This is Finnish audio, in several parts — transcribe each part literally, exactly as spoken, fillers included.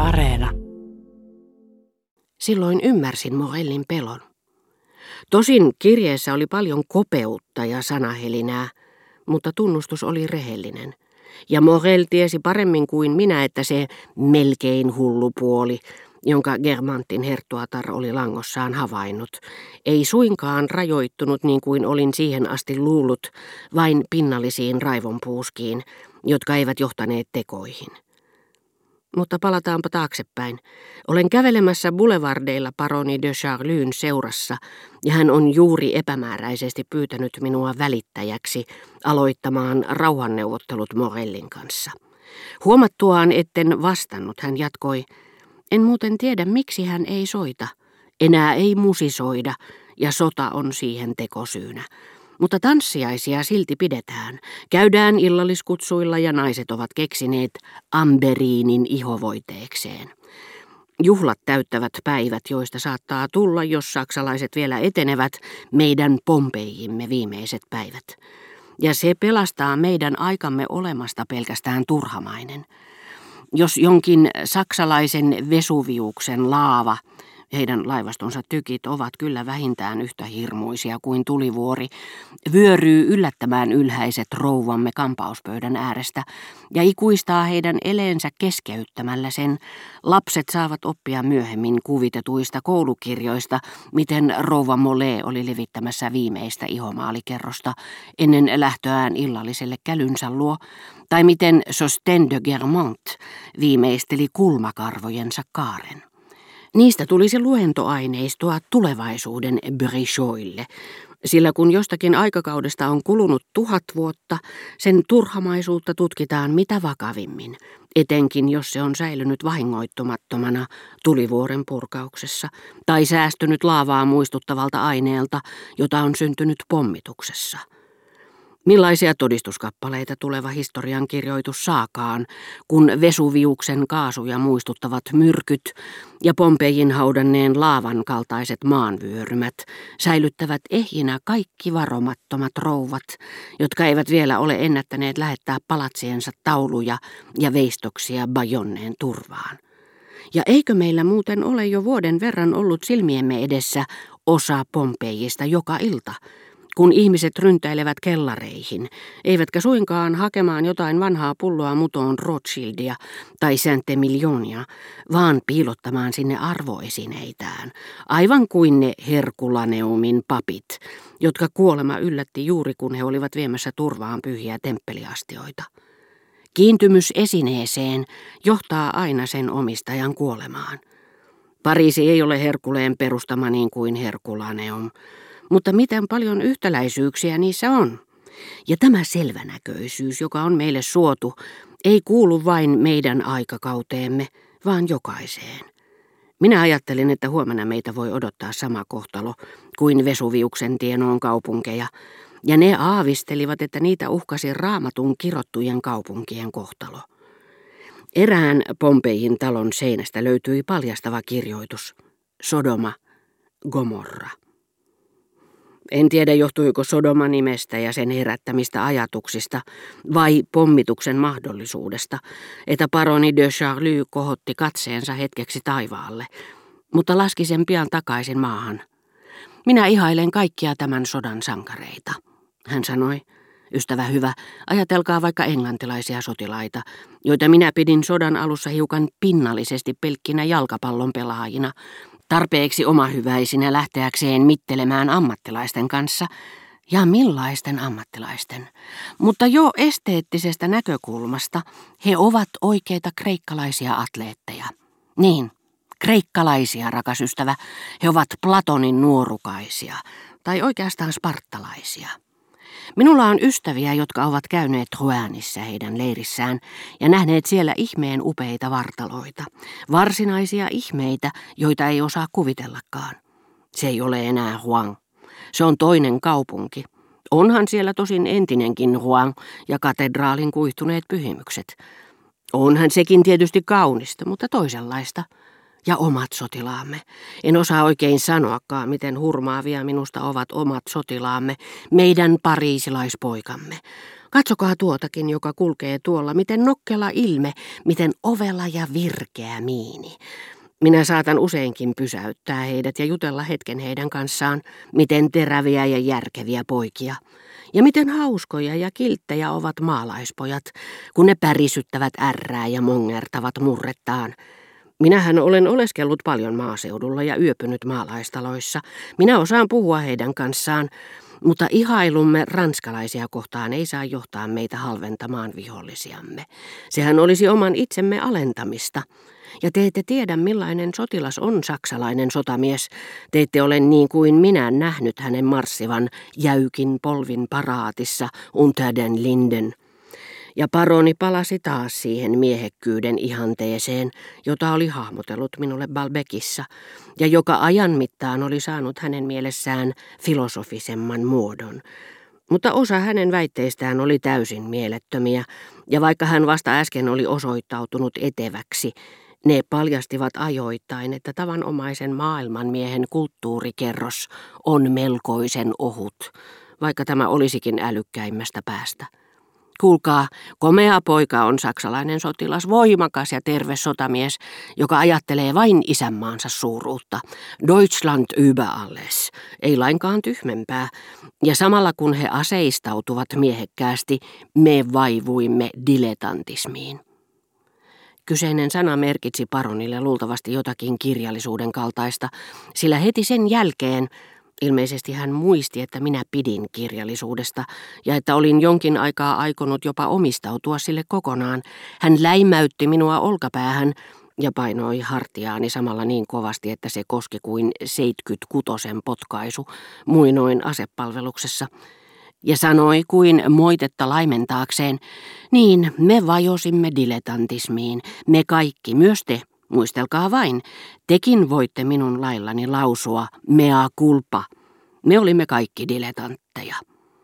Areena. Silloin ymmärsin Morellin pelon. Tosin kirjeessä oli paljon kopeutta ja sanahelinää, mutta tunnustus oli rehellinen. Ja Morell tiesi paremmin kuin minä, että se melkein hullu puoli, jonka Germantin herttuatar oli langossaan havainnut, ei suinkaan rajoittunut niin kuin olin siihen asti luullut, vain pinnallisiin raivonpuuskiin, jotka eivät johtaneet tekoihin. Mutta palataanpa taaksepäin. Olen kävelemässä boulevardeilla paroni de Charlyn seurassa, ja hän on juuri epämääräisesti pyytänyt minua välittäjäksi aloittamaan rauhanneuvottelut Morellin kanssa. Huomattuaan, etten vastannut, hän jatkoi: en muuten tiedä, miksi hän ei soita. Enää ei musisoida, ja sota on siihen tekosyynä. Mutta tanssiaisia silti pidetään. Käydään illalliskutsuilla ja naiset ovat keksineet amberiinin ihovoiteekseen. Juhlat täyttävät päivät, joista saattaa tulla, jos saksalaiset vielä etenevät, meidän Pompeijimme viimeiset päivät. Ja se pelastaa meidän aikamme olemasta pelkästään turhamainen. Jos jonkin saksalaisen Vesuviuksen laava, heidän laivastonsa tykit ovat kyllä vähintään yhtä hirmuisia kuin tulivuori, vyöryy yllättämään ylhäiset rouvamme kampauspöydän äärestä ja ikuistaa heidän eleensä keskeyttämällä sen, lapset saavat oppia myöhemmin kuvitetuista koulukirjoista, miten rouva Molé oli levittämässä viimeistä ihomaalikerrosta ennen lähtöään illalliselle kälynsä luo, tai miten Sosten de Germont viimeisteli kulmakarvojensa kaaren. Niistä tulisi luentoaineistoa tulevaisuuden Brichoille, sillä kun jostakin aikakaudesta on kulunut tuhat vuotta, sen turhamaisuutta tutkitaan mitä vakavimmin, etenkin jos se on säilynyt vahingoittumattomana tulivuoren purkauksessa tai säästynyt laavaa muistuttavalta aineelta, jota on syntynyt pommituksessa. Millaisia todistuskappaleita tuleva historiankirjoitus saakaan, kun Vesuviuksen kaasuja muistuttavat myrkyt ja Pompejin haudanneen laavan kaltaiset maanvyörymät säilyttävät ehjinä kaikki varomattomat rouvat, jotka eivät vielä ole ennättäneet lähettää palatsiensa tauluja ja veistoksia Bayonneen turvaan. Ja eikö meillä muuten ole jo vuoden verran ollut silmiemme edessä osa Pompejista joka ilta, kun ihmiset ryntäilevät kellareihin, eivätkä suinkaan hakemaan jotain vanhaa pulloa mutoon Rothschildia tai Saint-Emilionia, vaan piilottamaan sinne arvoesineitään, aivan kuin ne Herkulaneumin papit, jotka kuolema yllätti juuri kun he olivat viemässä turvaan pyhiä temppeliastioita. Kiintymys esineeseen johtaa aina sen omistajan kuolemaan. Pariisi ei ole Herkuleen perustama niin kuin Herkulaneum, mutta miten paljon yhtäläisyyksiä niissä on. Ja tämä selvänäköisyys, joka on meille suotu, ei kuulu vain meidän aikakauteemme, vaan jokaiseen. Minä ajattelin, että huomenna meitä voi odottaa sama kohtalo kuin Vesuviuksen tienoon kaupunkeja, ja ne aavistelivat, että niitä uhkasi Raamatun kirottujen kaupunkien kohtalo. Erään Pompeihin talon seinästä löytyi paljastava kirjoitus: Sodoma, Gomorra. En tiedä, johtuiko Sodoma nimestä ja sen herättämistä ajatuksista vai pommituksen mahdollisuudesta, että paroni de Charly kohotti katseensa hetkeksi taivaalle, mutta laski sen pian takaisin maahan. Minä ihailen kaikkia tämän sodan sankareita, hän sanoi. Ystävä hyvä, ajatelkaa vaikka englantilaisia sotilaita, joita minä pidin sodan alussa hiukan pinnallisesti pelkkinä jalkapallon pelaajina, tarpeeksi omahyväisinä lähteäkseen mittelemään ammattilaisten kanssa, ja millaisten ammattilaisten. Mutta jo esteettisestä näkökulmasta he ovat oikeita kreikkalaisia atleetteja. Niin, kreikkalaisia, rakas ystävä, he ovat Platonin nuorukaisia, tai oikeastaan spartalaisia. Minulla on ystäviä, jotka ovat käyneet Troänissa heidän leirissään ja nähneet siellä ihmeen upeita vartaloita. Varsinaisia ihmeitä, joita ei osaa kuvitellakaan. Se ei ole enää Rouen. Se on toinen kaupunki. Onhan siellä tosin entinenkin Rouen ja katedraalin kuihtuneet pyhimykset. Onhan sekin tietysti kaunista, mutta toisenlaista. Ja omat sotilaamme. En osaa oikein sanoakaan, miten hurmaavia minusta ovat omat sotilaamme, meidän pariisilaispoikamme. Katsokaa tuotakin, joka kulkee tuolla, miten nokkela ilme, miten ovela ja virkeä miini. Minä saatan useinkin pysäyttää heidät ja jutella hetken heidän kanssaan, miten teräviä ja järkeviä poikia. Ja miten hauskoja ja kilttejä ovat maalaispojat, kun ne pärisyttävät ärrää ja mongertavat murrettaan. Minähän olen oleskellut paljon maaseudulla ja yöpynyt maalaistaloissa. Minä osaan puhua heidän kanssaan, mutta ihailumme ranskalaisia kohtaan ei saa johtaa meitä halventamaan vihollisiamme. Sehän olisi oman itsemme alentamista. Ja te ette tiedä, millainen sotilas on saksalainen sotamies. Te ette ole niin kuin minä nähnyt hänen marssivan jäykin polvin paraatissa unter den Linden. Ja paroni palasi taas siihen miehekkyyden ihanteeseen, jota oli hahmotellut minulle Balbekissa, ja joka ajan mittaan oli saanut hänen mielessään filosofisemman muodon. Mutta osa hänen väitteistään oli täysin mielettömiä, ja vaikka hän vasta äsken oli osoittautunut eteväksi, ne paljastivat ajoittain, että tavanomaisen maailmanmiehen kulttuurikerros on melkoisen ohut, vaikka tämä olisikin älykkäimmästä päästä. Kuulkaa, komea poika on saksalainen sotilas, voimakas ja terve sotamies, joka ajattelee vain isänmaansa suuruutta. Deutschland über alles, ei lainkaan tyhmempää. Ja samalla kun he aseistautuvat miehekkäästi, me vaivuimme dilettantismiin. Kyseinen sana merkitsi paronille luultavasti jotakin kirjallisuuden kaltaista, sillä heti sen jälkeen ilmeisesti hän muisti, että minä pidin kirjallisuudesta ja että olin jonkin aikaa aikonut jopa omistautua sille kokonaan. Hän läimäytti minua olkapäähän ja painoi hartiaani samalla niin kovasti, että se koski kuin seitsemänkymmentäkuusi potkaisu muinoin asepalveluksessa. Ja sanoi kuin moitetta laimentaakseen, niin me vajosimme dilettantismiin, me kaikki, myös te. Muistelkaa vain, tekin voitte minun laillani lausua mea culpa. Me olimme kaikki dilettantteja.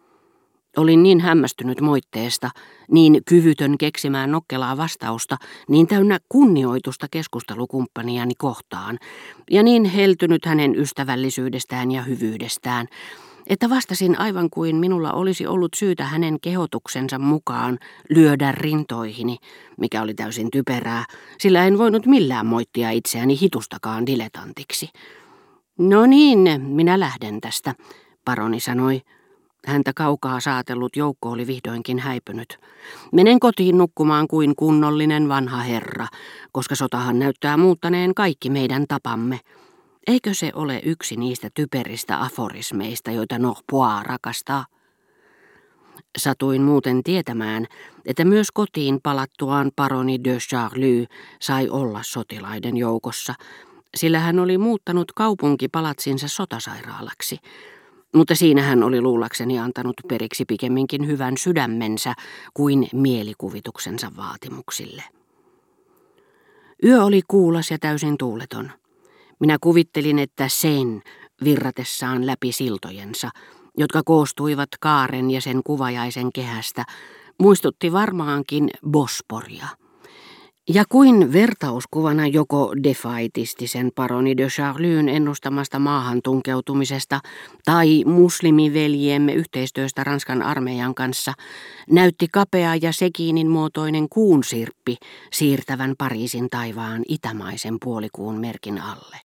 Olin niin hämmästynyt moitteesta, niin kyvytön keksimään nokkelaa vastausta, niin täynnä kunnioitusta keskustelukumppaniani kohtaan, ja niin heltynyt hänen ystävällisyydestään ja hyvyydestään, että vastasin aivan kuin minulla olisi ollut syytä hänen kehotuksensa mukaan lyödä rintoihini, mikä oli täysin typerää, sillä en voinut millään moittia itseäni hitustakaan dilettantiksi. No niin, minä lähden tästä, paroni sanoi. Häntä kaukaa saatellut joukko oli vihdoinkin häipynyt. Menen kotiin nukkumaan kuin kunnollinen vanha herra, koska sotahan näyttää muuttaneen kaikki meidän tapamme. Eikö se ole yksi niistä typeristä aforismeista, joita Norpois rakastaa? Satuin muuten tietämään, että myös kotiin palattuaan paroni de Charlie sai olla sotilaiden joukossa, sillä hän oli muuttanut kaupunkipalatsinsa sotasairaalaksi. Mutta siinä hän oli luullakseni antanut periksi pikemminkin hyvän sydämensä kuin mielikuvituksensa vaatimuksille. Yö oli kuulas ja täysin tuuleton. Minä kuvittelin, että sen virratessaan läpi siltojensa, jotka koostuivat kaaren ja sen kuvajaisen kehästä, muistutti varmaankin Bosporia. Ja kuin vertauskuvana joko defaitistisen paroni de Charlyn ennustamasta maahan tunkeutumisesta tai muslimiveljiemme yhteistyöstä Ranskan armeijan kanssa, näytti kapea ja sekiinin muotoinen kuunsirppi siirtävän Pariisin taivaan itämaisen puolikuun merkin alle.